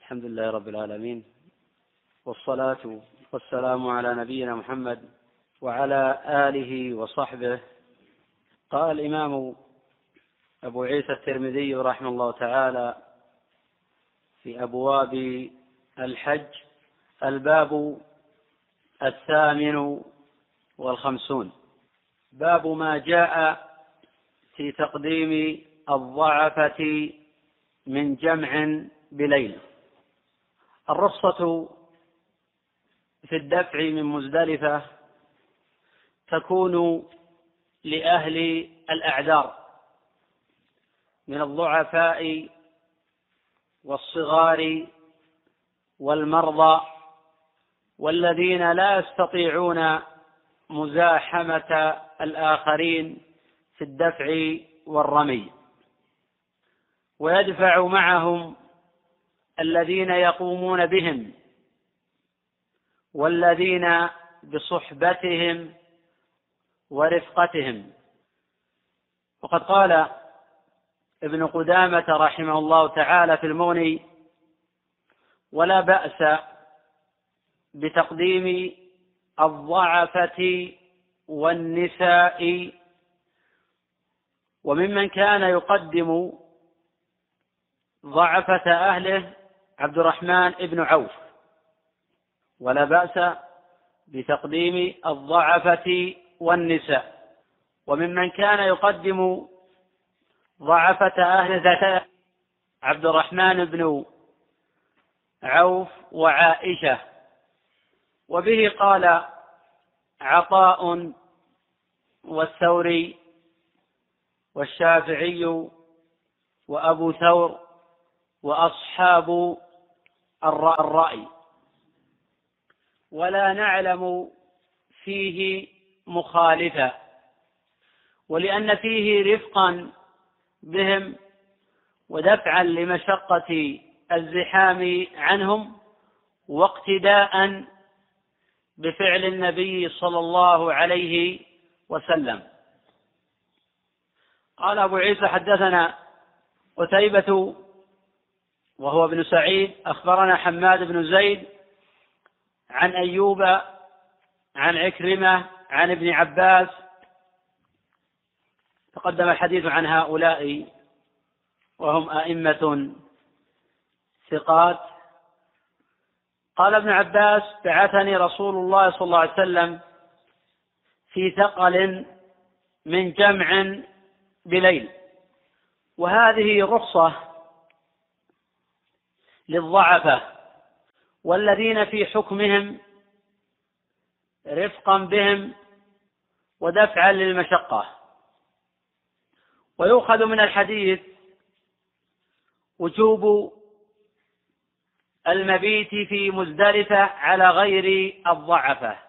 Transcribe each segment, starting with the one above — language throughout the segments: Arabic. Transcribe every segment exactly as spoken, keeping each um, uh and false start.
الحمد لله رب العالمين، والصلاة والسلام على نبينا محمد وعلى آله وصحبه. قال الإمام أبو عيسى الترمذي رحمه الله تعالى في أبواب الحج: الباب الثامن والخمسون، باب ما جاء في تقديم الضعفة من جمع بليل. الرخصة في الدفع من مزدلفة تكون لأهل الأعذار من الضعفاء والصغار والمرضى والذين لا يستطيعون مزاحمة الآخرين في الدفع والرمي، ويدفع معهم الذين يقومون بهم والذين بصحبتهم ورفقتهم. وقد قال ابن قدامة رحمه الله تعالى في المغني: ولا بأس بتقديم الضعفة والنساء، وممن كان يقدم ضعفة أهله عبد الرحمن بن عوف. ولا بأس بتقديم الضعفة والنساء، وممن كان يقدم ضعفة أهله عبد الرحمن بن عوف وعائشة. وبه قال عطاء والثوري والشافعي وأبو ثور وأصحاب الرأي، ولا نعلم فيه مخالفا، ولأن فيه رفقا بهم ودفعا لمشقة الزحام عنهم واقتداء بفعل النبي صلى الله عليه وسلم. قال أبو عيسى: حدثنا قتيبة وهو ابن سعيد أخبرنا حماد بن زيد عن أيوب عن عكرمة عن ابن عباس. تقدم الحديث عن هؤلاء وهم أئمة ثقات. قال ابن عباس: بعثني رسول الله صلى الله عليه وسلم في ثقل من جمع بليل. وهذه رخصة للضعفة والذين في حكمهم رفقا بهم ودفعا للمشقة. ويؤخذ من الحديث وجوب المبيت في مزدلفة على غير الضعفة،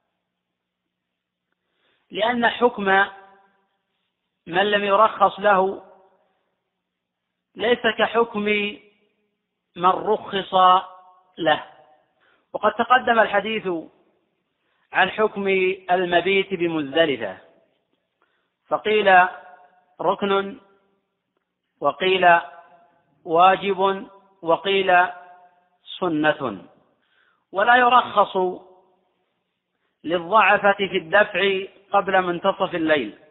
لأن حكم من لم يرخص له ليس كحكم من رخص له. وقد تقدم الحديث عن حكم المبيت بمزدلفة، فقيل ركن، وقيل واجب، وقيل سنة. ولا يرخص للضعفة في الدفع قبل منتصف الليل،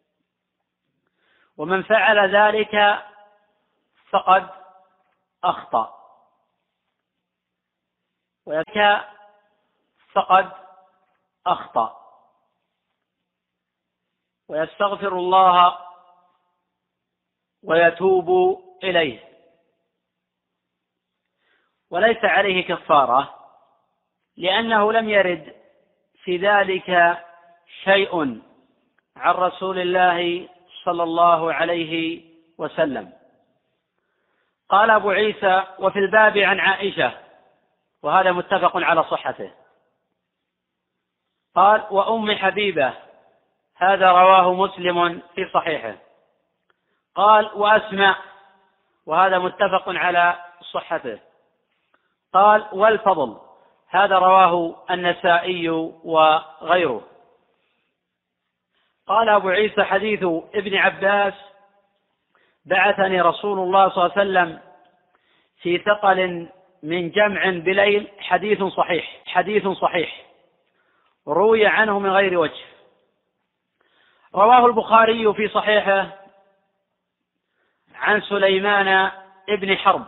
ومن فعل ذلك فقد أخطأ، ويك فقد أخطأ، ويستغفر الله ويتوب إليه، وليس عليه كفارة، لأنه لم يرد في ذلك شيء عن رسول الله صلى الله عليه وسلم. قال أبو عيسى: وفي الباب عن عائشة، وهذا متفق على صحته. قال: وأم حبيبة، هذا رواه مسلم في صحيحه. قال: وأسماء، وهذا متفق على صحته. قال: والفضل، هذا رواه النسائي وغيره. قال أبو عيسى: حديث ابن عباس بعثني رسول الله صلى الله عليه وسلم في ثقل من جمع بليل حديث صحيح حديث صحيح روي عنه من غير وجه. رواه البخاري في صحيحه عن سليمان ابن حرب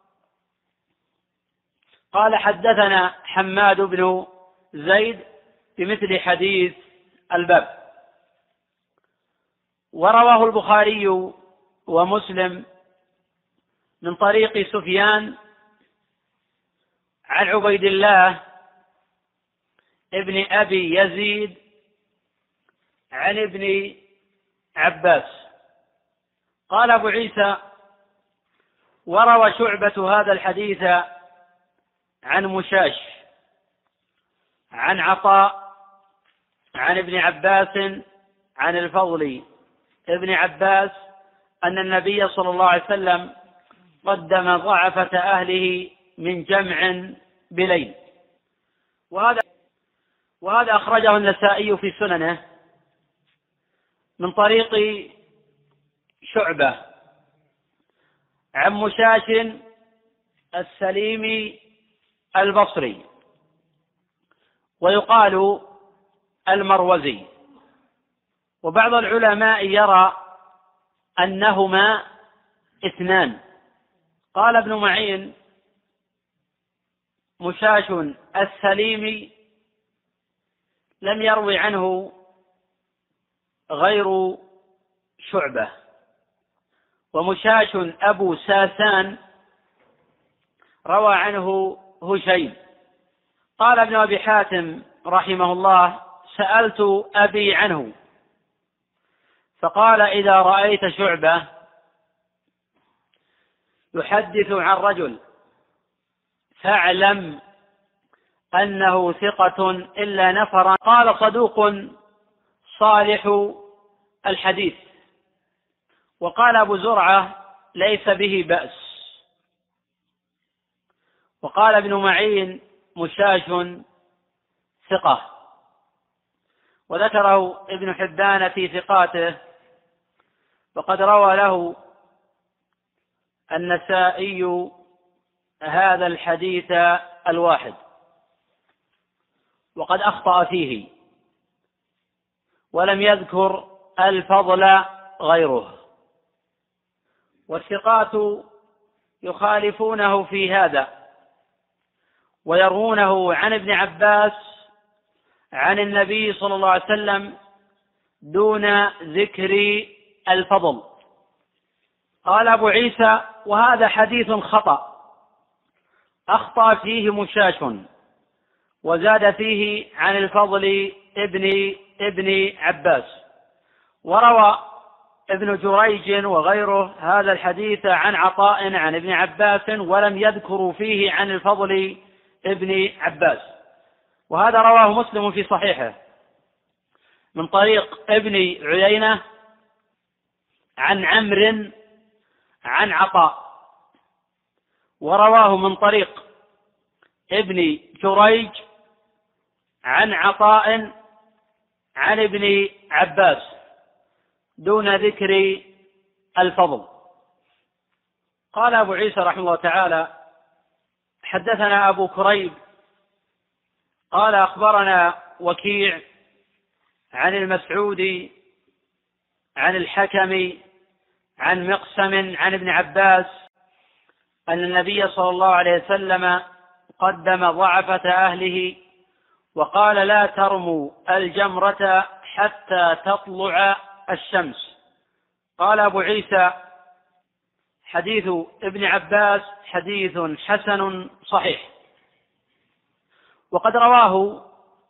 قال حدثنا حماد بن زيد بمثل حديث الباب. ورواه البخاري ومسلم من طريق سفيان عن عبيد الله ابن أبي يزيد عن ابن عباس. قال أبو عيسى وروى شعبة هذا الحديث عن مشاش عن عطاء عن ابن عباس عن الفضل ابن عباس أن النبي صلى الله عليه وسلم قدم ضعفة أهله من جمع بليل. وهذا وهذا أخرجه النسائي في سننه من طريق شعبة عن مشاش السليمي البصري ويقال المروزي. وبعض العلماء يرى أنهما اثنان. قال ابن معين مشاش السليمي لم يروي عنه غير شعبة، ومشاش أبو ساسان روى عنه هشيم. قال ابن أبي حاتم رحمه الله سألت أبي عنه فقال إذا رأيت شعبة يحدث عن رجل فاعلم أنه ثقة إلا نفرا. قال صدوق صالح الحديث. وقال أبو زرعة ليس به بأس. وقال ابن معين مشاش ثقة. وذكره ابن حبان في ثقاته وقد روى له النسائي هذا الحديث الواحد وقد أخطأ فيه ولم يذكر الفضل غيره. والثقات يخالفونه في هذا ويروونه عن ابن عباس عن النبي صلى الله عليه وسلم دون ذكر الفضل. قال أبو عيسى وهذا حديث خطأ أخطأ فيه مشاش وزاد فيه عن الفضل ابن ابن عباس. وروى ابن جريج وغيره هذا الحديث عن عطاء عن ابن عباس ولم يذكروا فيه عن الفضل ابن عباس. وهذا رواه مسلم في صحيحه من طريق ابن عيينة عن عمرو عن عطاء. ورواه من طريق ابن جريج عن عطاء عن ابن عباس دون ذكر الفضل. قال أبو عيسى رحمه الله تعالى حدثنا أبو كريب قال أخبرنا وكيع عن المسعودي عن الحكم عن مقسم عن ابن عباس أن النبي صلى الله عليه وسلم قدم ضعفة أهله وقال لا ترموا الجمرة حتى تطلع الشمس. قال أبو عيسى حديث ابن عباس حديث حسن صحيح. وقد رواه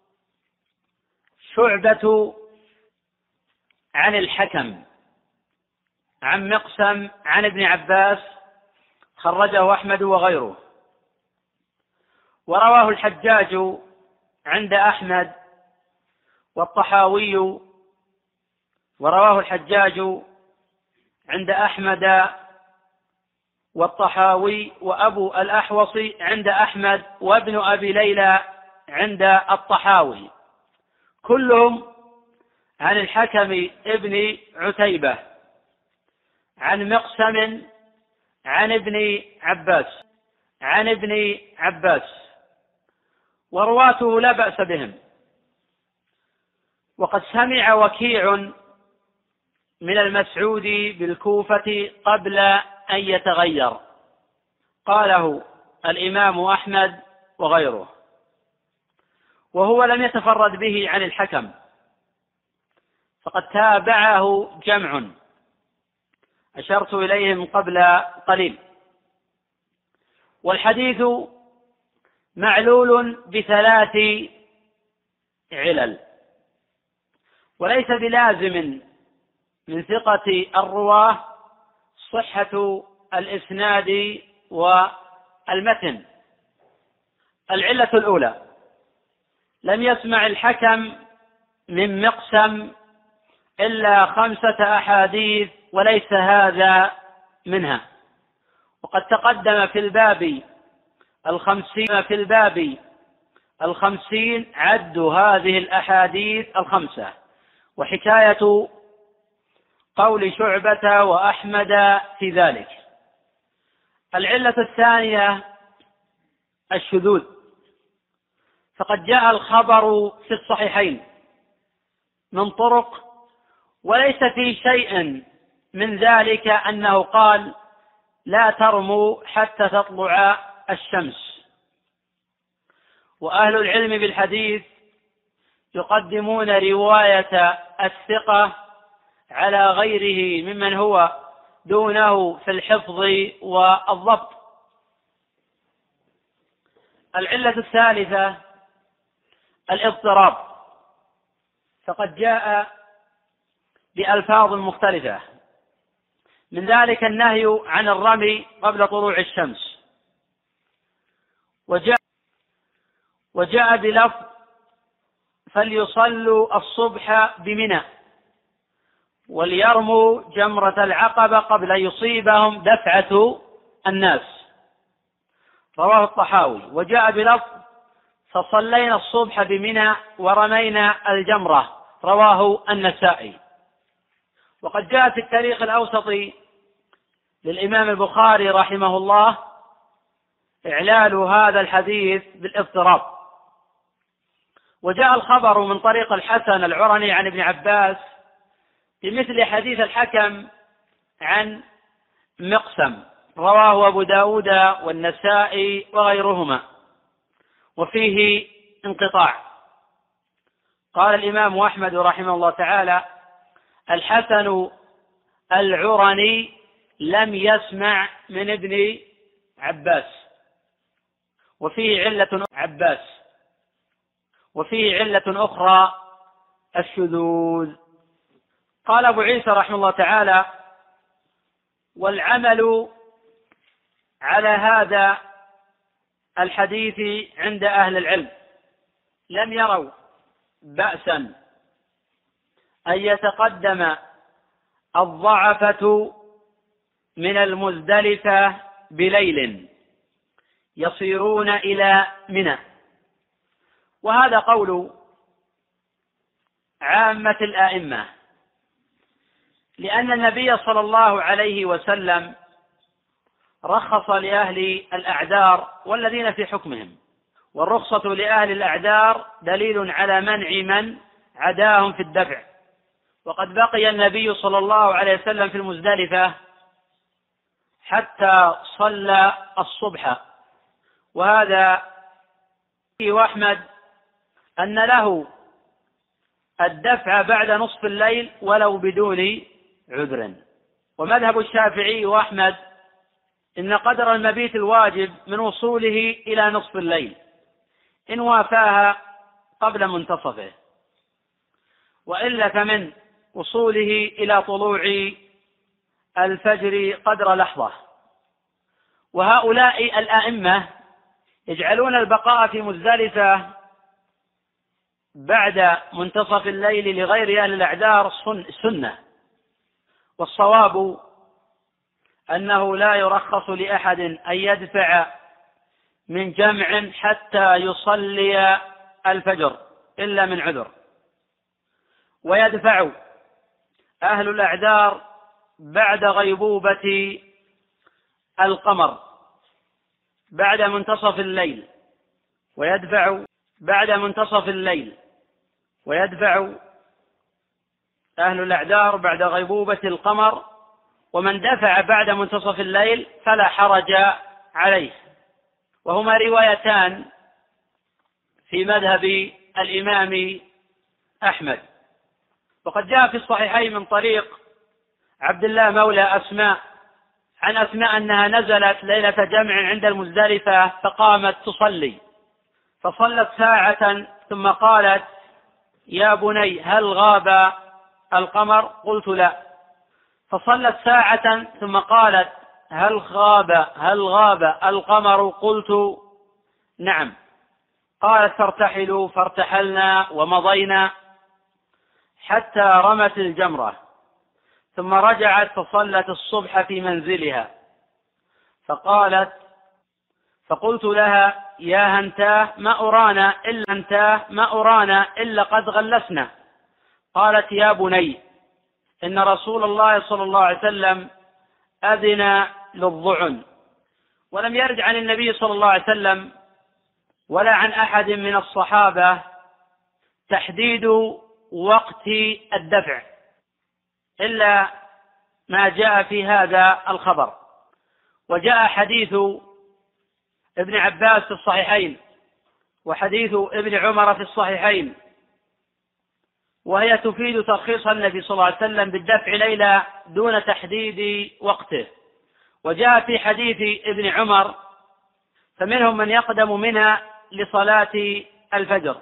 شعبة عن الحكم عن مقسم عن ابن عباس خرجه أحمد وغيره. ورواه الحجاج عند أحمد والطحاوي ورواه الحجاج عند أحمد والطحاوي وأبو الأحوص عند أحمد وابن أبي ليلى عند الطحاوي كلهم عن الحكم ابن عتيبة عن مقسم عن ابن عباس عن ابن عباس، ورواته لا بأس بهم. وقد سمع وكيع من المسعودي بالكوفة قبل أن يتغير، قاله الإمام أحمد وغيره، وهو لم يتفرد به عن الحكم، فقد تابعه جمع أشرت إليهم قبل قليل. والحديث معلول بثلاث علل، وليس بلازم من ثقة الرواه صحة الإسناد والمتن. العلة الأولى: لم يسمع الحكم من مقسم إلا خمسة أحاديث وليس هذا منها، وقد تقدم في الباب الخمسين في الباب الخمسين عد هذه الأحاديث الخمسة، وحكاية قول شعبة وأحمد في ذلك. العلة الثانية الشذوذ، فقد جاء الخبر في الصحيحين من طرق، وليس في شيء من ذلك أنه قال لا ترموا حتى تطلع الشمس. وأهل العلم بالحديث يقدمون رواية الثقة على غيره ممن هو دونه في الحفظ والضبط. العلة الثالثة الاضطراب، فقد جاء بألفاظ مختلفة، من ذلك النهي عن الرمي قبل طلوع الشمس، وجاء, وجاء بلفظ فليصلوا الصبح بمنى وليرموا جمرة العقبة قبل أن يصيبهم دفعة الناس، رواه الطحاوي. وجاء بلفظ فصلينا الصبح بمنى ورمينا الجمرة، رواه النسائي. وقد جاء في التاريخ الأوسط للإمام البخاري رحمه الله إعلال هذا الحديث بالاضطراب. وجاء الخبر من طريق الحسن العرني عن ابن عباس بمثل حديث الحكم عن مقسم، رواه أبو داود والنسائي وغيرهما، وفيه انقطاع. قال الإمام أحمد رحمه الله تعالى: الحسن العرني لم يسمع من ابن عباس، وفيه علة عباس وفيه علة أخرى الشذوذ. قال أبو عيسى رحمه الله تعالى: والعمل على هذا الحديث عند أهل العلم لم يروا بأسا أن يتقدم الضعفة من المزدلفة بليل يصيرون إلى منى. وهذا قول عامة الآئمة، لأن النبي صلى الله عليه وسلم رخص لأهل الأعذار والذين في حكمهم، والرخصة لأهل الأعذار دليل على منع من عداهم في الدفع. وقد بقي النبي صلى الله عليه وسلم في المزدلفة حتى صلى الصبح، وهذا فيه أحمد أن له الدفع بعد نصف الليل ولو بدون عذر. ومذهب الشافعي وأحمد إن قدر المبيت الواجب من وصوله إلى نصف الليل إن وافاها قبل منتصفه، وإلا فمن وصوله إلى طلوع الفجر قدر لحظة. وهؤلاء الآئمة يجعلون البقاء في مزدلفة بعد منتصف الليل لغير أهل الأعذار سنة، والصواب أنه لا يرخص لأحد أن يدفع من جمع حتى يصلي الفجر إلا من عذر، ويدفع أهل الأعذار بعد غيبوبة القمر بعد منتصف الليل ويدفع بعد منتصف الليل ويدفع أهل الأعذار بعد غيبوبة القمر، ومن دفع بعد منتصف الليل فلا حرج عليه. وهما روايتان في مذهب الإمام أحمد. وقد جاء في الصحيحين من طريق عبد الله مولى أسماء عن أسماء أنها نزلت ليلة جمع عند المزدلفة فقامت تصلي، فصلت ساعة ثم قالت: يا بني هل غاب القمر؟ قلت لا. فصلت ساعة ثم قالت: هل غاب هل غاب القمر؟ قلت نعم. قالت: فارتحلوا، فارتحلنا ومضينا حتى رمت الجمرة، ثم رجعت فصلت الصبح في منزلها، فقالت فقلت لها: يا هنتاه ما أرانا إلا هنتاه ما أرانا إلا قد غلسنا. قالت: يا بني إن رسول الله صلى الله عليه وسلم أذن للضعن. ولم يرد عن النبي صلى الله عليه وسلم ولا عن أحد من الصحابة تحديد وقت الدفع إلا ما جاء في هذا الخبر. وجاء حديث ابن عباس في الصحيحين وحديث ابن عمر في الصحيحين، وهي تفيد ترخيص النبي صلى الله عليه وسلم بالدفع ليلة دون تحديد وقته. وجاء في حديث ابن عمر: فمنهم من يقدم منها لصلاة الفجر،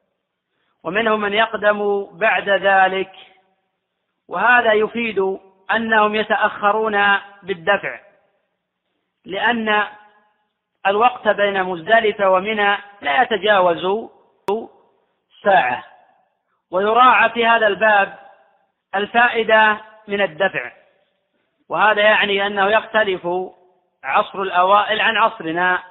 ومنهم من يقدم بعد ذلك. وهذا يفيد أنهم يتأخرون بالدفع، لأن الوقت بين مزدلفة ومنى لا يتجاوز ساعة. ويراعى في هذا الباب الفائدة من الدفع، وهذا يعني أنه يختلف عصر الأوائل عن عصرنا.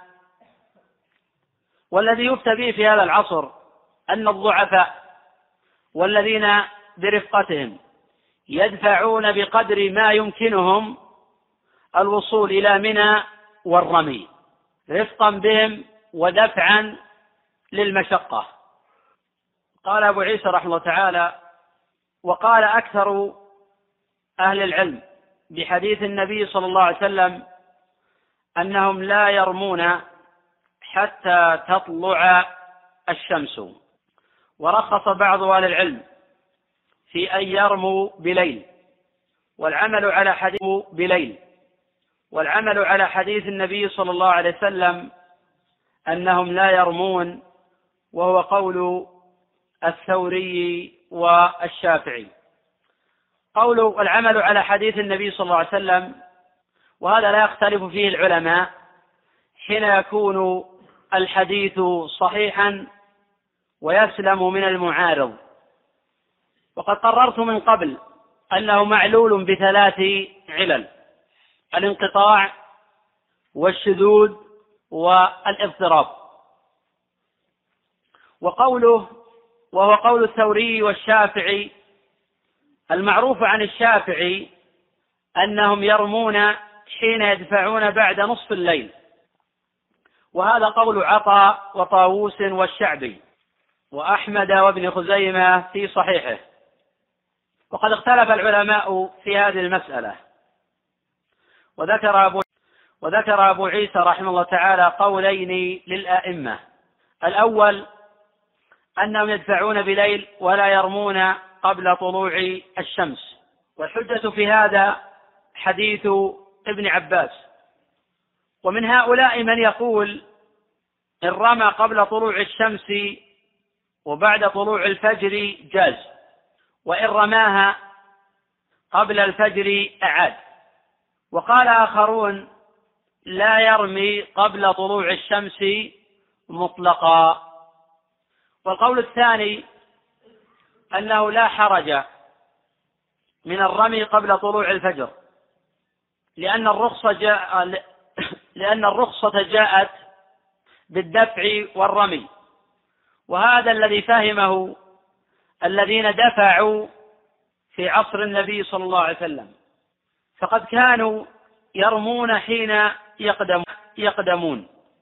والذي يفتى به في هذا العصر أن الضعفاء والذين برفقتهم يدفعون بقدر ما يمكنهم الوصول إلى منى والرمي رفقا بهم ودفعا للمشقة. قال أبو عيسى رحمه الله تعالى: وقال أكثر أهل العلم بحديث النبي صلى الله عليه وسلم أنهم لا يرمون حتى تطلع الشمس. ورخص بعض أهل العلم في أن يرموا بليل، والعمل على حديث بليل والعمل على حديث النبي صلى الله عليه وسلم أنهم لا يرمون، وهو قول الثوري والشافعي. قول والعمل على حديث النبي صلى الله عليه وسلم، وهذا لا يختلف فيه العلماء حين يكون الحديث صحيحا ويسلم من المعارض. وقد قررت من قبل أنه معلول بثلاث علل: الانقطاع والشذوذ والاضطراب. وقوله وهو قول الثوري والشافعي، المعروف عن الشافعي أنهم يرمون حين يدفعون بعد نصف الليل، وهذا قول عطاء وطاووس والشعبي وأحمد وابن خزيمة في صحيحه. وقد اختلف العلماء في هذه المسألة. وذكر أبو, وذكر أبو عيسى رحمه الله تعالى قولين للآئمة: الأول أنهم يدفعون بليل ولا يرمون قبل طلوع الشمس، والحجة في هذا حديث ابن عباس. ومن هؤلاء من يقول إن رمى قبل طلوع الشمس وبعد طلوع الفجر جاز، وإن رماها قبل الفجر أعاد. وقال آخرون لا يرمي قبل طلوع الشمس مطلقا. والقول الثاني أنه لا حرج من الرمي قبل طلوع الفجر، لأن الرخصة جاء لأن الرخصة جاءت بالدفع والرمي، وهذا الذي فهمه الذين دفعوا في عصر النبي صلى الله عليه وسلم، فقد كانوا يرمون حين يقدم يقدمون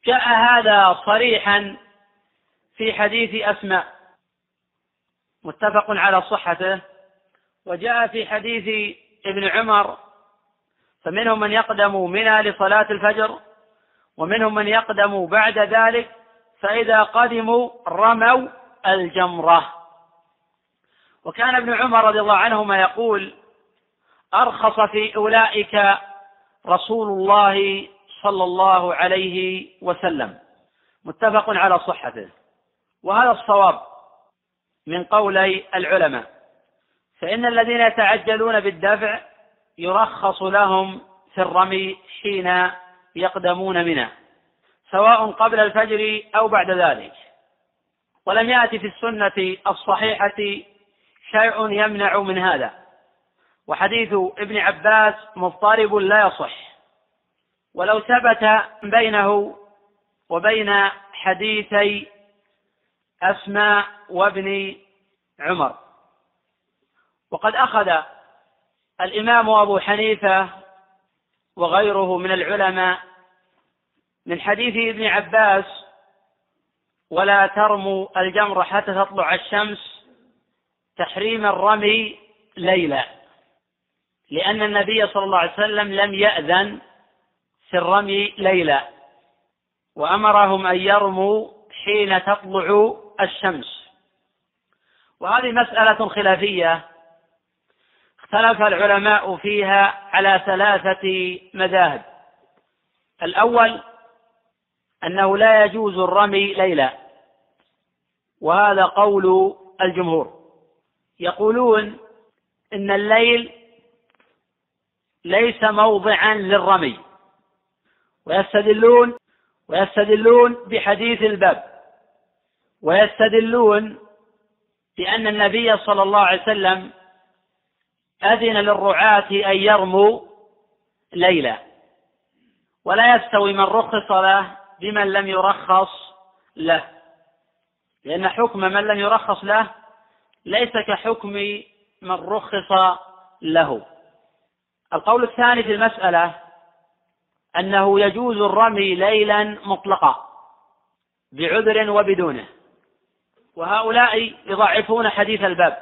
جاء هذا صريحا في حديث أسماء متفق على صحته، وجاء في حديث ابن عمر فمنهم من يقدم منى لصلاة الفجر ومنهم من يقدم بعد ذلك، فإذا قدموا رموا الجمرة. وكان ابن عمر رضي الله عنهما يقول: أرخص في أولئك رسول الله صلى الله عليه وسلم، متفق على صحته. وهذا الصواب من قولي العلماء، فإن الذين يتعجلون بالدفع يرخص لهم في الرمي حين يقدمون منه، سواء قبل الفجر أو بعد ذلك. ولم يأتي في السنة الصحيحة شيء يمنع من هذا، وحديث ابن عباس مضطرب لا يصح، ولو ثبت بينه وبين حديثي أسماء وابن عمر. وقد أخذ الإمام أبو حنيفة وغيره من العلماء من حديث ابن عباس: ولا ترموا الجمر حتى تطلع الشمس، تحريم الرمي ليلا، لأن النبي صلى الله عليه وسلم لم يأذن في الرمي ليلا، وأمرهم أن يرموا حين تطلع الشمس. وهذه مسألة خلافية اختلف العلماء فيها على ثلاثة مذاهب. الأول أنه لا يجوز الرمي ليلا، وهذا قول الجمهور، يقولون إن الليل ليس موضعا للرمي، ويستدلون ويستدلون بحديث الباب، ويستدلون بأن النبي صلى الله عليه وسلم أذن للرعاة أن يرموا ليلا، ولا يستوي من رخص له بمن لم يرخص له، لأن حكم من لم يرخص له ليس كحكم من رخص له. القول الثاني في المسألة أنه يجوز الرمي ليلا مطلقا بعذر وبدونه، وهؤلاء يضعفون حديث الباب.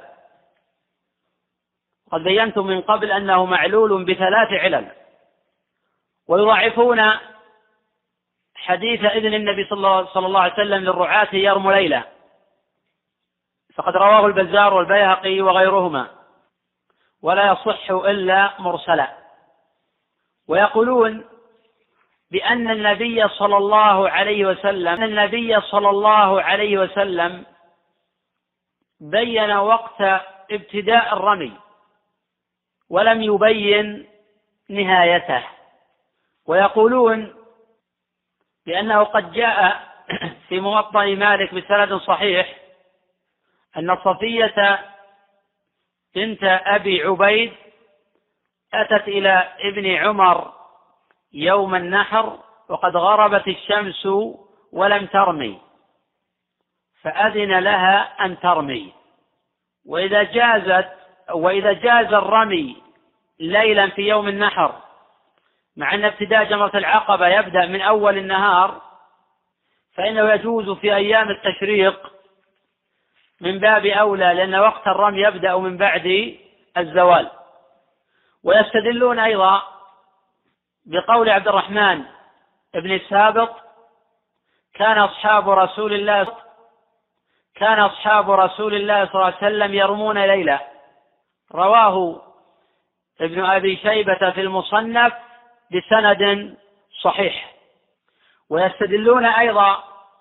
قد بينت من قبل أنه معلول بثلاث علل، ويضعفون حديث إذن النبي صلى الله عليه وسلم للرعاة يرموا ليلا، فقد رواه البزار والبيهقي وغيرهما، ولا يصح إلا مرسلا. ويقولون بأن النبي صلى الله عليه وسلم النبي صلى الله عليه وسلم بين وقت ابتداء الرمي ولم يبين نهايته. ويقولون بأنه قد جاء في موطأ مالك بسند صحيح أن صفية بنت أبي عبيد أتت إلى ابن عمر يوم النحر وقد غربت الشمس ولم ترمي، فأذن لها أن ترمي. وإذا جازت وإذا جاز الرمي ليلا في يوم النحر، مع أن ابتداء جمرة العقبة يبدأ من أول النهار، فإنه يجوز في أيام التشريق من باب أولى، لأن وقت الرمي يبدأ من بعد الزوال. ويستدلون أيضا بقول عبد الرحمن بن السابق: كان أصحاب رسول الله كان أصحاب رسول الله صلى الله عليه وسلم يرمون ليلا، رواه ابن أبي شيبة في المصنف بسند صحيح. ويستدلون أيضا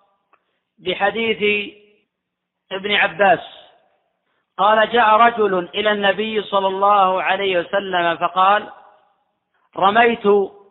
بحديث ابن عباس قال: جاء رجل إلى النبي صلى الله عليه وسلم فقال: رميت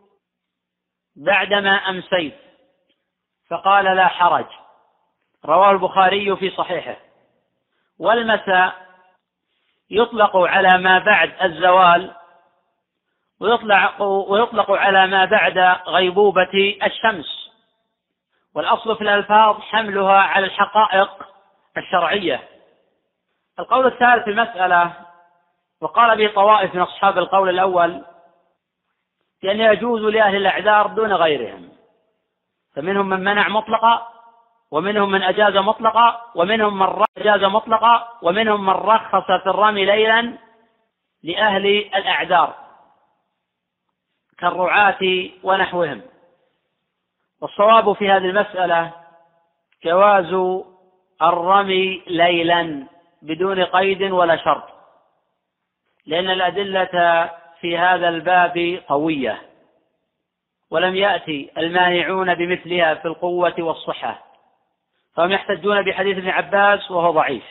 بعدما أمسيت، فقال: لا حرج، رواه البخاري في صحيحه. والمساء يطلق على ما بعد الزوال، ويطلق, ويطلق على ما بعد غيبوبة الشمس، والأصل في الألفاظ حملها على الحقائق الشرعية. القول الثالث في المسألة، وقال به طوائف من أصحاب القول الأول، بأن يجوز لأهل الأعذار دون غيرهم، فمنهم من منع مطلقا، ومنهم من أجاز مطلقا، ومنهم من أجاز مطلقا، ومنهم من رخص في الرمي ليلا لأهل الأعذار كالرعاة ونحوهم. والصواب في هذه المسألة جواز الرمي ليلا بدون قيد ولا شرط، لأن الأدلة في هذا الباب قوية، ولم يأتي المانعون بمثلها في القوة والصحة، فهم يحتجون بحديث ابن عباس وهو ضعيف،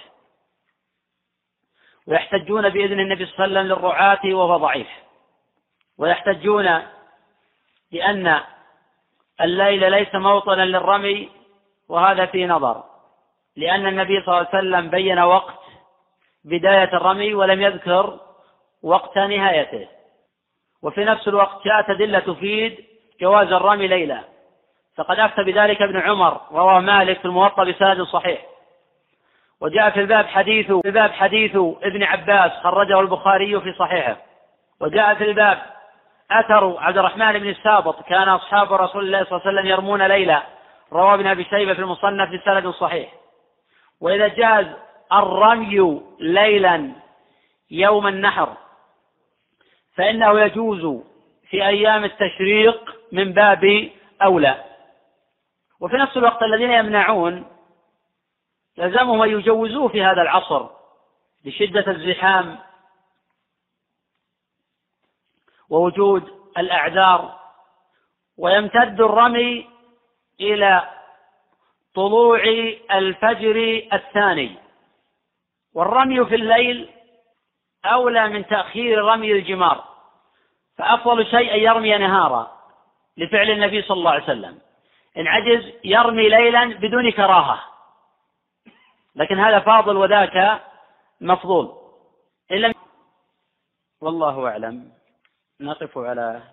ويحتجون بإذن النبي صلى الله عليه وسلم للرعاة وهو ضعيف، ويحتجون بأن الليل ليس موطنا للرمي، وهذا في نظر، لأن النبي صلى الله عليه وسلم بين وقت بداية الرمي ولم يذكر وقت نهايته. وفي نفس الوقت جاءت أدلة تفيد جواز الرمي ليلا، فقد أفتى بذلك ابن عمر رواه مالك في الموطأ بسند صحيح. وجاء في الباب حديث في الباب حديث ابن عباس خرجه البخاري في صحيحه. وجاء في الباب أثر عبد الرحمن بن السابط كان أصحاب رسول الله صلى الله عليه وسلم يرمون ليلا، رواه ابن أبي شيبة في المصنف بسند صحيح. وإذا جاز الرمي ليلا يوم النحر فإنه يجوز في أيام التشريق من باب أولى. وفي نفس الوقت الذين يمنعون لزمهم أن يجوزوه في هذا العصر لشدة الزحام ووجود الأعذار، ويمتد الرمي إلى طلوع الفجر الثاني. والرمي في الليل أولى من تأخير رمي الجمار، فأفضل شيء أن يرمي نهارا لفعل النبي صلى الله عليه وسلم، إن عجز يرمي ليلا بدون كراهة، لكن هذا فاضل وذاك مفضول. إلا والله أعلم. نقف على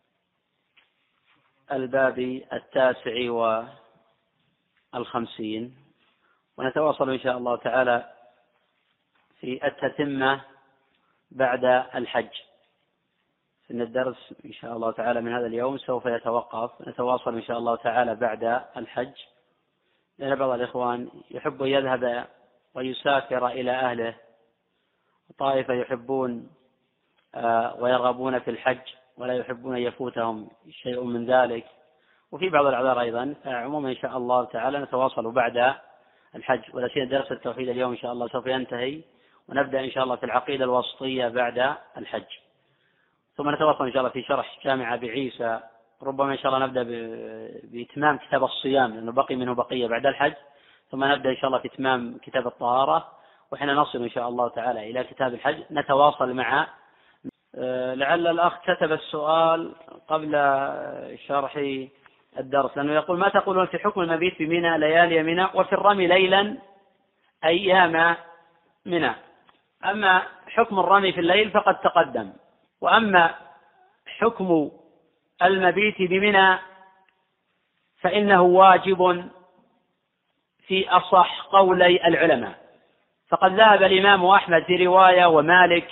الباب التاسع والخمسين، ونتواصل إن شاء الله تعالى في التتمة بعد الحج. إن الدرس إن شاء الله تعالى من هذا اليوم سوف يتوقف، نتواصل إن شاء الله تعالى بعد الحج، لأن بعض الإخوان يحب يذهب ويسافر إلى أهله، طائفة يحبون ويرغبون في الحج ولا يحبون أن يفوتهم شيء من ذلك، وفي بعض الأعذار أيضا. فعموما إن شاء الله تعالى نتواصل بعد الحج، ولا سيما درس التوحيد اليوم إن شاء الله سوف ينتهي، ونبدأ إن شاء الله في العقيدة الوسطية بعد الحج، ثم نتواصل إن شاء الله في شرح جامع أبي عيسى. ربما إن شاء الله نبدأ بإتمام كتاب الصيام لأنه بقي منه بقية بعد الحج، ثم نبدأ إن شاء الله في إتمام كتاب الطهارة، وحين نصل إن شاء الله تعالى إلى كتاب الحج نتواصل مع. لعل الأخ كتب السؤال قبل شرح الدرس، لأنه يقول: ما تقولون في حكم المبيت بمنى ليالي منى وفي الرمي ليلا أيام منى؟ أما حكم الرمي في الليل فقد تقدم، وأما حكم المبيت بمنى فإنه واجب في أصح قولي العلماء، فقد ذهب الإمام أحمد في رواية ومالك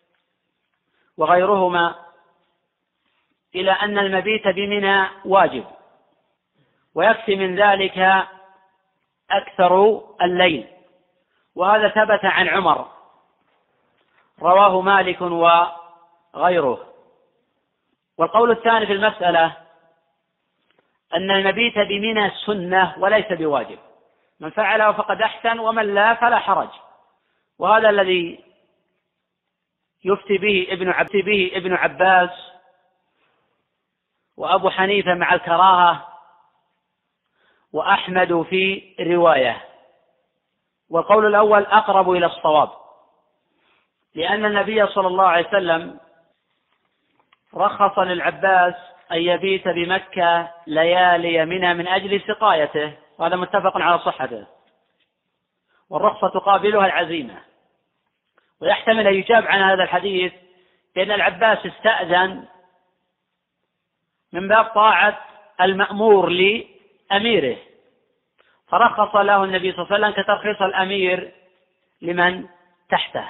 وغيرهما إلى أن المبيت بمنى واجب، ويكفي من ذلك أكثر الليل، وهذا ثبت عن عمر رواه مالك وغيره. والقول الثاني في المسألة أن المبيت بمنى سنة وليس بواجب، من فعله فقد أحسن ومن لا فلا حرج، وهذا الذي يفتي به ابن عب... به ابن عباس وأبو حنيفة مع الكراهة وأحمد في رواية. والقول الأول أقرب إلى الصواب، لأن النبي صلى الله عليه وسلم رخص للعباس أن يبيت بمكة ليالي منى من أجل سقايته، وهذا متفق على صحته، والرخصة تقابلها العزيمة. ويحتمل أن يجاب عن هذا الحديث بأن العباس استأذن من باب طاعة المأمور لأميره، فرخص له النبي صلى الله عليه وسلم كترخيص الأمير لمن تحته.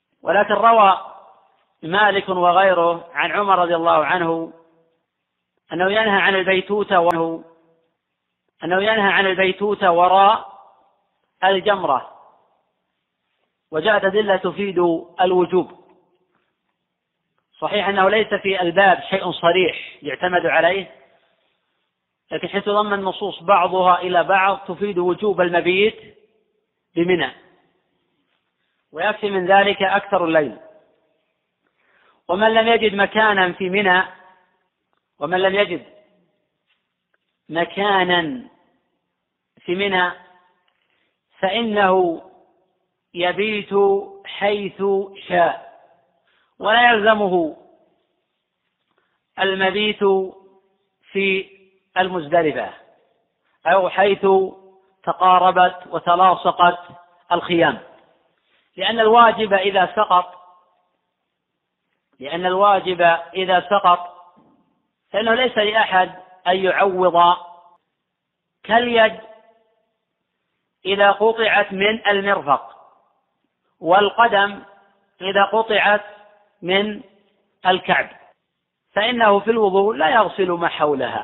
ولكن روى مالك وغيره عن عمر رضي الله عنه أنه ينهى عن البيتوتة وأنه أنه ينهى عن البيتوتة وراء الجمرة، وجاءت أدلة تفيد الوجوب. صحيح أنه ليس في الباب شيء صريح يعتمد عليه، لكن حيث ضم النصوص بعضها إلى بعض تفيد وجوب المبيت بمنى، ويكفي من ذلك أكثر الليل. ومن لم يجد مكانا في منى ومن لم يجد مكانا في منى فإنه يبيت حيث شاء، ولا يلزمه المبيت في المزدلفة أو حيث تقاربت وتلاصقت الخيام، لأن الواجب إذا سقط لأن الواجب إذا سقط فإنه ليس لأحد أن يعوض، كاليد إذا قطعت من المرفق، والقدم إذا قطعت من الكعب، فإنه في الوضوء لا يغسل ما حولها،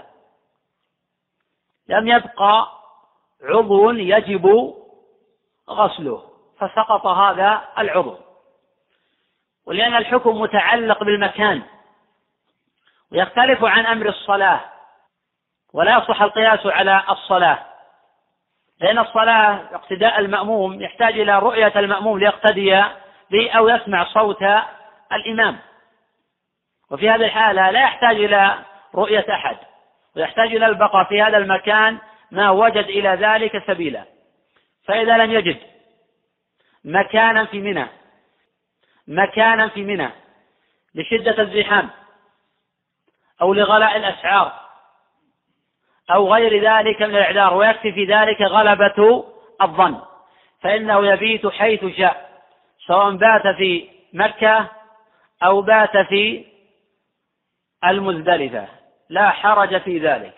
لم يبقى عضو يجب غسله فسقط هذا العضو. ولأن الحكم متعلق بالمكان ويختلف عن أمر الصلاة، ولا يصح القياس على الصلاة، لأن الصلاة اقتداء المأموم يحتاج إلى رؤية المأموم ليقتدي به أو يسمع صوت الإمام، وفي هذه الحالة لا يحتاج إلى رؤية أحد، ويحتاج إلى البقاء في هذا المكان ما وجد إلى ذلك سبيلا. فإذا لم يجد مكانا في منى مكانا في منى لشدة الزحام أو لغلاء الأسعار أو غير ذلك من الإعذار، ويكفي في ذلك غلبة الظن، فإنه يبيت حيث شاء، سواء بات في مكة أو بات في المزدلفة، لا حرج في ذلك.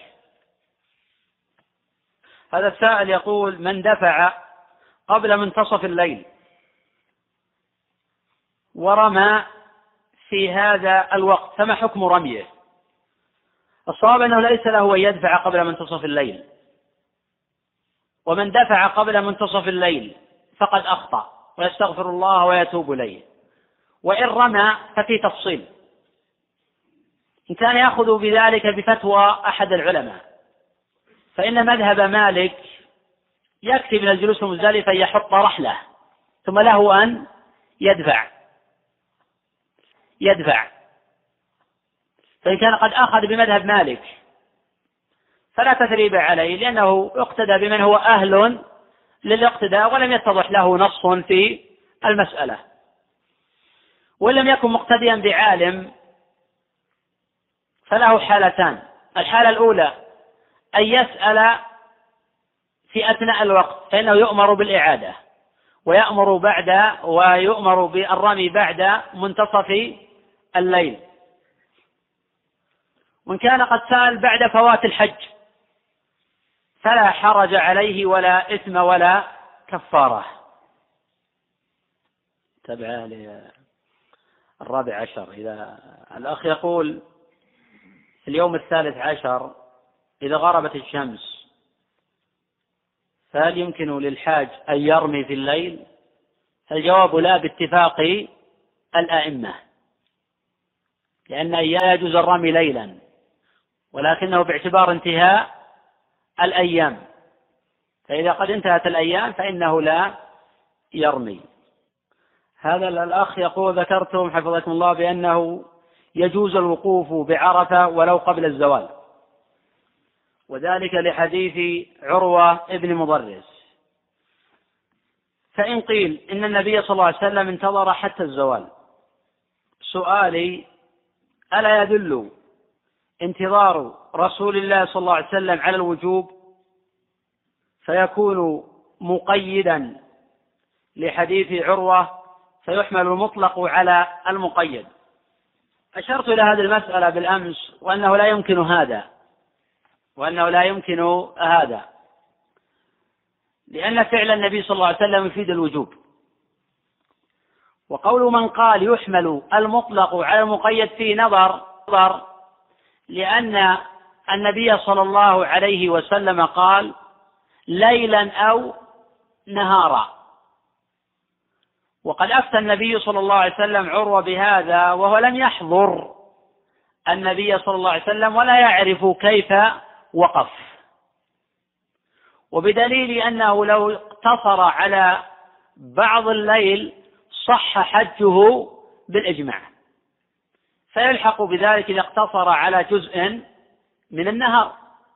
هذا السائل يقول: من دفع قبل منتصف الليل ورمى في هذا الوقت فما حكم رميه؟ الصواب أنه ليس له أن يدفع قبل منتصف الليل، ومن دفع قبل منتصف الليل فقد أخطأ ويستغفر الله ويتوب إليه. وإن رمى ففي تفصيل، إن كان يأخذ بذلك بفتوى أحد العلماء، فإن مذهب مالك يكفي من الجلوس المزدلفة يحط رحلة ثم له أن يدفع يدفع فإن كان قد أخذ بمذهب مالك فلا تثريب عليه، لأنه اقتدى بمن هو أهل للاقتداء ولم يتضح له نص في المسألة. وإن لم يكن مقتديا بعالم فله حالتان: الحالة الأولى أن يسأل في أثناء الوقت فإنه يؤمر بالإعادة، ويأمر بعد ويؤمر بالرمي بعد منتصف الليل. وإن كان قد سأل بعد فوات الحج فلا حرج عليه ولا إثم ولا كفارة. تبع الرابع عشر، إذا الأخ يقول في اليوم الثالث عشر إذا غربت الشمس فهل يمكن للحاج أن يرمي في الليل؟ الجواب لا باتفاق الأئمة، لأن لا يجوز الرمي ليلا، ولكنه باعتبار انتهاء الأيام، فإذا قد انتهت الأيام فإنه لا يرمي. هذا الأخ يقول: ذكرتم حفظكم الله بأنه يجوز الوقوف بعرفة ولو قبل الزوال، وذلك لحديث عروة ابن مضرس، فإن قيل إن النبي صلى الله عليه وسلم انتظر حتى الزوال، سؤالي: ألا يدل انتظار رسول الله صلى الله عليه وسلم على الوجوب فيكون مقيدا لحديث عروة فيحمل المطلق على المقيد؟ أشرت إلى هذه المسألة بالأمس وأنه لا يمكن هذا وأنه لا يمكن هذا لأن فعل النبي صلى الله عليه وسلم يفيد الوجوب. وقول من قال يحمل المطلق على المقيد فيه نظر، نظر لأن النبي صلى الله عليه وسلم قال ليلا أو نهارا. وقد أفتى النبي صلى الله عليه وسلم عروة بهذا وهو لم يحضر النبي صلى الله عليه وسلم ولا يعرف كيف وقف، وبدليل أنه لو اقتصر على بعض الليل صح حجه بالإجماع، فيلحق بذلك إذا اقتصر على جزء من النهار،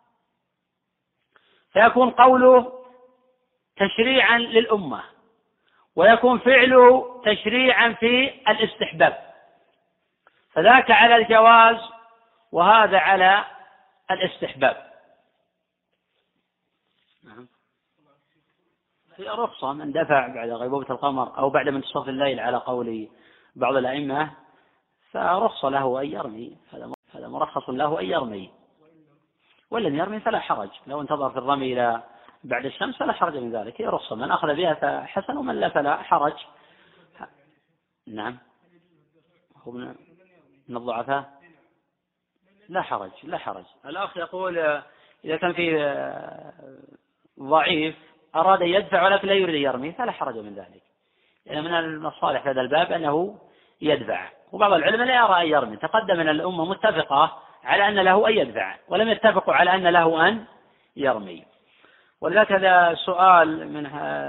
فيكون قوله تشريعا للأمة ويكون فعله تشريعا في الاستحباب، فذاك على الجواز وهذا على الاستحباب. في رخصة من دفع بعد غيبوبة القمر أو بعد منتصف الليل على قول بعض الأئمة فرخصة له أن يرمي، هذا مرخص له أن يرمي، ولم يرمي فلا حرج، لو انتظر في الرمي إلى بعد الشمس فلا حرج من ذلك، هي رخصة، من أخذ بها فحسن ومن لا فلا حرج. نعم، هو من الضعفاء لا حرج لا حرج. الأخ يقول إذا كان في ضعيف أراد أن يدفع ولكن لا يريد يرمي فلا حرج من ذلك، لأن من المصالح في هذا الباب أنه يدفع، وبعض العلماء لا يرى أن يرمي، تقدم من الأمة متفقة على أن له أن يدفع ولم يتفقوا على أن له أن يرمي. ولذلك هذا سؤال من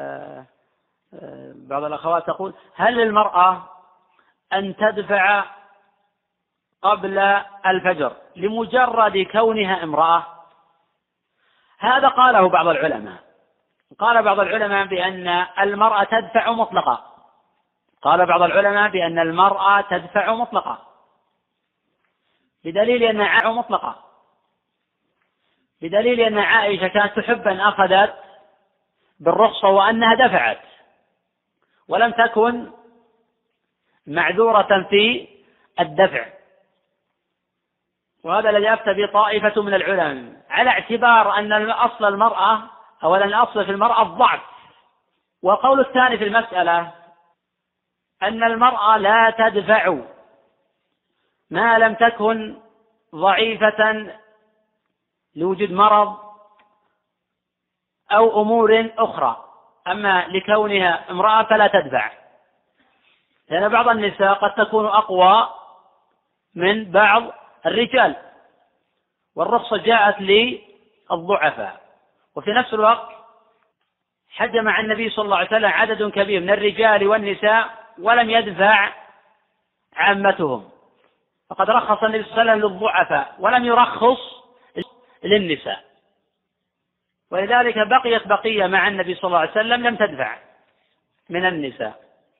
بعض الأخوات تقول هل للمرأة أن تدفع قبل الفجر لمجرد كونها امرأة؟ هذا قاله بعض العلماء، قال بعض العلماء بأن المرأة تدفع مطلقة، قال بعض العلماء بأن المرأة تدفع مطلقة بدليل أن عائشة مطلقة بدليل أن عائشة كانت تحب أن أخذت بالرخصة وأنها دفعت ولم تكن معذورة في الدفع، وهذا الذي أفتى به طائفة من العلماء على اعتبار أن أصل المرأة أولا الأصل في المرأة الضعف، والقول الثاني في المسألة أن المرأة لا تدفع ما لم تكن ضعيفة لوجود مرض أو أمور أخرى، أما لكونها امرأة فلا تدفع، لأن بعض النساء قد تكون أقوى من بعض الرجال، والرخصة جاءت للضعفاء. وفي نفس الوقت حج مع النبي صلى الله عليه وسلم عدد كبير من الرجال والنساء ولم يدفع عامتهم، فقد رخص النبي صلى الله عليه وسلم للضعفاء ولم يرخص للنساء، ولذلك بقيت بقية مع النبي صلى الله عليه وسلم لم تدفع من النساء.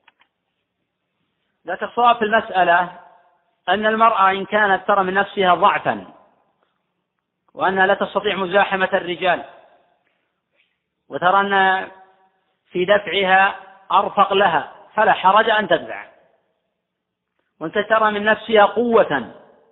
لكن الصواب في المسألة أن المرأة إن كانت ترى من نفسها ضعفا وأنها لا تستطيع مزاحمة الرجال وترى أن في دفعها أرفق لها فلا حرج أن تدفع، وأنت ترى من نفسها قوة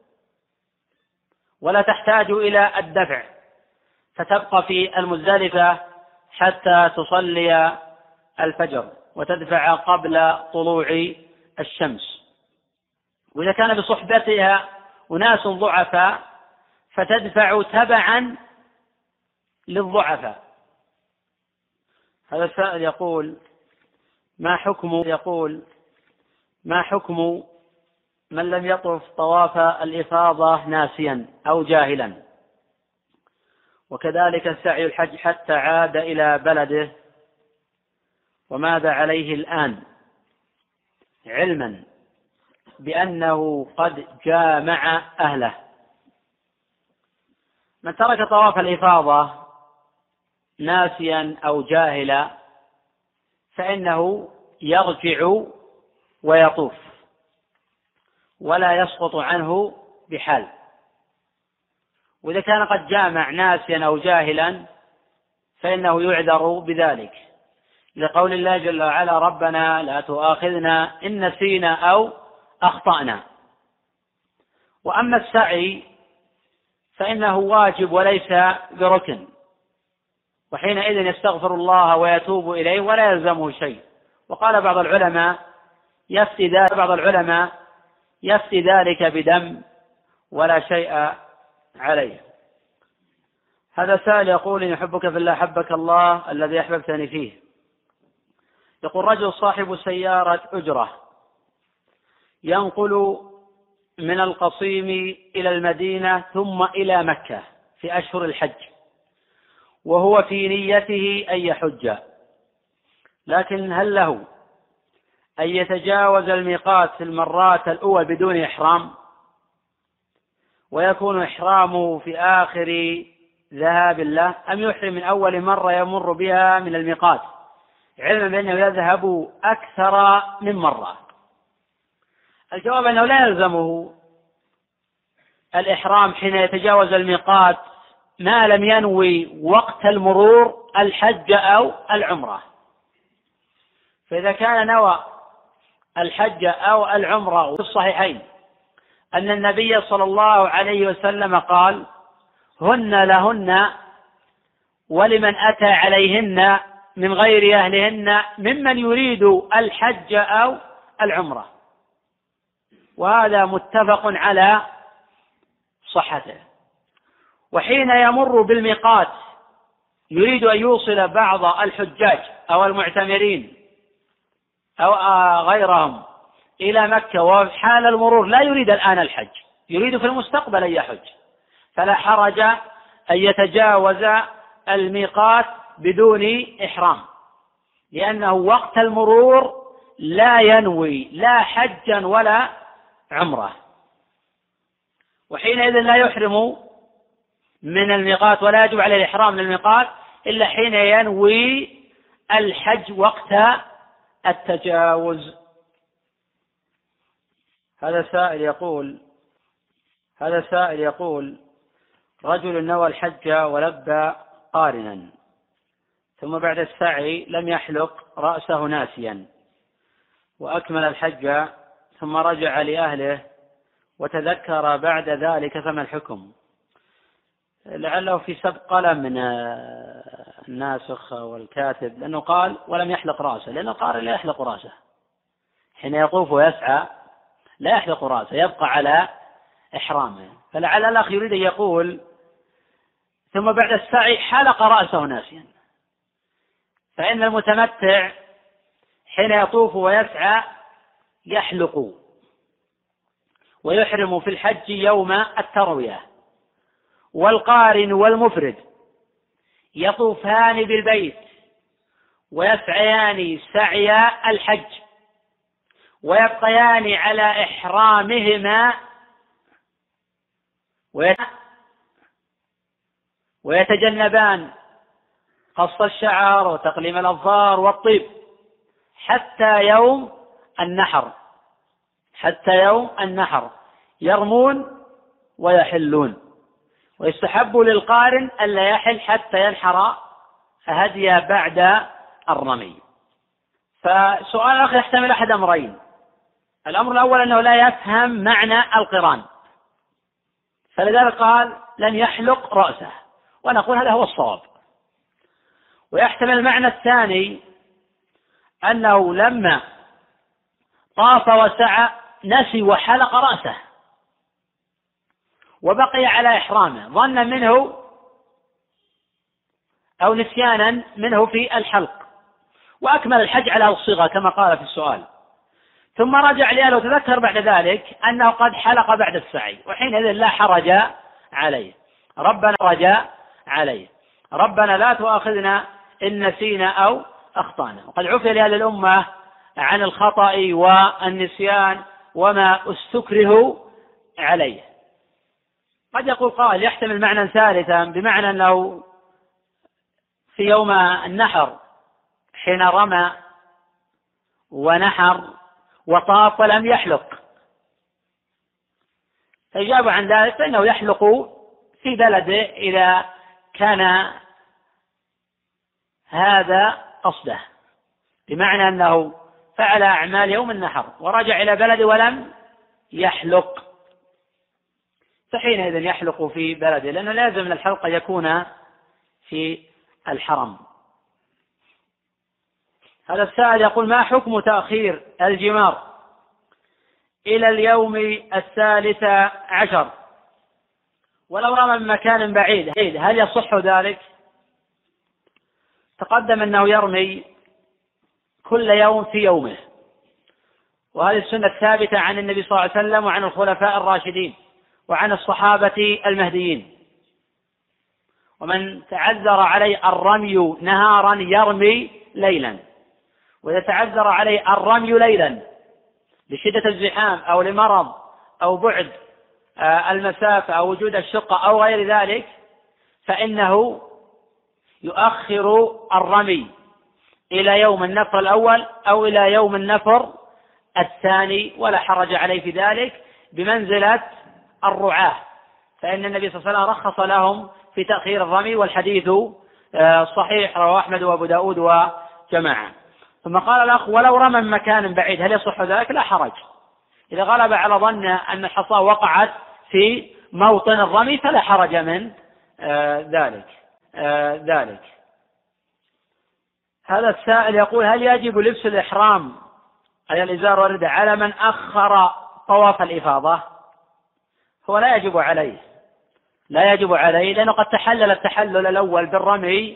ولا تحتاج إلى الدفع فتبقى في المزدلفة حتى تصلي الفجر وتدفع قبل طلوع الشمس. وإذا كان بصحبتها أناس ضعفاء فتدفع تبعا للضعفاء. هذا السائل يقول ما حكم يقول ما حكم من لم يطف طواف الإفاضة ناسيا أو جاهلا، وكذلك السعي الحج حتى عاد إلى بلده، وماذا عليه الآن علما بأنه قد جامع أهله؟ من ترك طواف الإفاضة ناسيا أو جاهلا فإنه يرجع ويطوف ولا يسقط عنه بحال، وإذا كان قد جامع ناسيا أو جاهلا فإنه يعذر بذلك لقول الله جل وعلا ربنا لا تؤاخذنا إن نسينا أو أخطأنا. وأما السعي فإنه واجب وليس بركن، وحينئذ يستغفر الله ويتوب إليه ولا يلزمه شيء. وقال بعض العلماء يفتي ذلك بعض العلماء يفتي ذلك بدم ولا شيء عليه. هذا سائل يقول: إن يحبك في الله حبك الله الذي أحببتني فيه. يقول: رجل صاحب سيارة أجرة ينقل من القصيم إلى المدينة ثم إلى مكة في أشهر الحج، وهو في نيته أن يحج، لكن هل له أن يتجاوز الميقات في المرات الأول بدون إحرام، ويكون إحرامه في آخر ذهاب له، أم يحرم من أول مرة يمر بها من الميقات، علما بأنه يذهب أكثر من مرة؟ الجواب أنه لا يلزمه الإحرام حين يتجاوز الميقات ما لم ينوي وقت المرور الحج أو العمرة. فإذا كان نوى الحج أو العمرة، في الصحيحين أن النبي صلى الله عليه وسلم قال: هن لهن ولمن أتى عليهن من غير أهلهن ممن يريد الحج أو العمرة، وهذا متفق على صحته. وحين يمر بالميقات يريد أن يوصل بعض الحجاج أو المعتمرين أو غيرهم إلى مكة، وحال المرور لا يريد الآن الحج، يريد في المستقبل أن يحج، فلا حرج أن يتجاوز الميقات بدون إحرام، لأنه وقت المرور لا ينوي لا حجا ولا عمرة، وحينئذ لا يحرم من الميقات ولا يجب عليه الإحرام للميقات إلا حين ينوي الحج وقت التجاوز. هذا سائل يقول هذا سائل يقول رجل نوى الحج ولبى قارنا، ثم بعد السعي لم يحلق رأسه ناسيا، وأكمل الحج، ثم رجع لأهله وتذكر بعد ذلك، فما الحكم؟ لعله في سبق قلم من الناسخ والكاتب، لأنه قال ولم يحلق رأسه، لأن القارئ لا يحلق رأسه حين يطوف ويسعى، لا يحلق رأسه، يبقى على إحرامه. فلعل الأخ يريد أن يقول ثم بعد السعي حلق رأسه ناسيا، فإن المتمتع حين يطوف ويسعى يحلق ويحرم في الحج يوم التروية، والقارن والمفرد يطوفان بالبيت ويسعيان سعي الحج ويبقيان على إحرامهما ويتجنبان قص الشعر وتقليم الأظفار والطيب حتى يوم النحر حتى يوم النحر يرمون ويحلون، ويستحب للقارن ألا يحل حتى ينحر هدي بعد الرمي. فسؤال الأخ يحتمل أحد أمرين: الأمر الأول أنه لا يفهم معنى القران، فلذلك قال لن يحلق رأسه، ونقول هذا هو الصواب. ويحتمل المعنى الثاني أنه لما طاف وسعى نسي وحلق رأسه وبقي على إحرامه ظنا منه أو نسيانا منه في الحلق، وأكمل الحج على الصيغة كما قال في السؤال، ثم رجع لأهله وتذكر بعد ذلك أنه قد حلق بعد السعي، وحينئذ لا حرج عليه. ربنا رجع عليه ربنا لا تؤاخذنا إن نسينا أو أخطأنا. وقد عفي لأهل الأمة عن الخطأ والنسيان وما استكره عليه. قد يقول قائل يحتمل معنى ثالثا، بمعنى أنه في يوم النحر حين رمى ونحر وطاف ولم يحلق، فيجاب عن ذلك فإنه يحلق في بلده إذا كان هذا قصده، بمعنى أنه فعل أعمال يوم النحر ورجع إلى بلده ولم يحلق، فحينئذ يحلق في بلده، لأنه لازم الحلق يكون في الحرم. هذا السائل يقول: ما حكم تأخير الجمار إلى اليوم الثالث عشر ولو رمى من مكان بعيد هل يصح ذلك؟ تقدم أنه يرمي كل يوم في يومه، وهذه السنة الثابتة عن النبي صلى الله عليه وسلم وعن الخلفاء الراشدين وعن الصحابة المهديين. ومن تعذر عليه الرمي نهارا يرمي ليلا، وإذا تعذر عليه الرمي ليلا لشدة الزحام أو لمرض أو بعد المسافة أو وجود الشقة أو غير ذلك فإنه يؤخر الرمي إلى يوم النفر الأول أو إلى يوم النفر الثاني، ولا حرج عليه في ذلك بمنزلة الرعاة، فإن النبي صلى الله عليه وسلم رخص لهم في تأخير الرمي، والحديث صحيح رواه أحمد وأبو داود وجماعة. ثم قال الأخ: ولو رمى من مكان بعيد هل يصح ذلك؟ لا حرج، إذا غلب على ظنه أن الحصاة وقعت في موطن الرمي فلا حرج من آه ذلك آه ذلك هذا السائل يقول: هل يجب لبس الإحرام أي الإزار والرداء على من أخر طواف الإفاضة؟ هو لا يجب عليه لا يجب عليه لأنه قد تحلل التحلل الأول بالرمي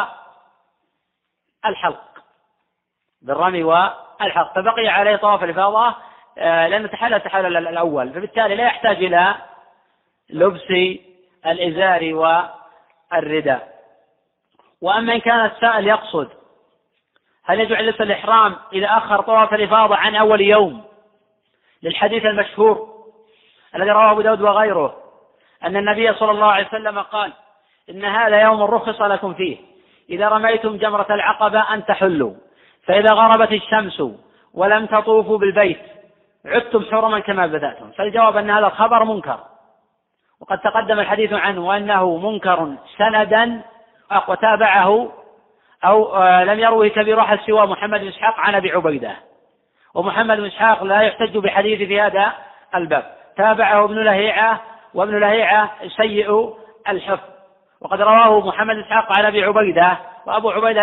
والحلق بالرمي والحلق فبقي عليه طواف الإفاضة لأنه تحلل التحلل الأول، فبالتالي لا يحتاج إلى لبس الإزار والرداء. وأما إن كان السائل يقصد هل يجب على لبس الإحرام إذا أخر طواف الإفاضة عن أول يوم، للحديث المشهور الذي رواه أبو داود وغيره أن النبي صلى الله عليه وسلم قال: إن هذا يوم رخص لكم فيه إذا رميتم جمرة العقبة أن تحلوا، فإذا غربت الشمس ولم تطوفوا بالبيت عدتم حرما كما بدأتم. فالجواب أن هذا الخبر منكر، وقد تقدم الحديث عنه وأنه منكر سندا، وتابعه أو لم يروه كبير أحد سوى محمد بن إسحاق عن أبي عبيدة، ومحمد بن إسحاق لا يحتج بحديث في هذا الباب، تابعه ابن لهيعة، وابن لهيعة سيء الحفظ، وقد رواه محمد بن إسحاق عن أبي عبيدة، وأبو عبيدة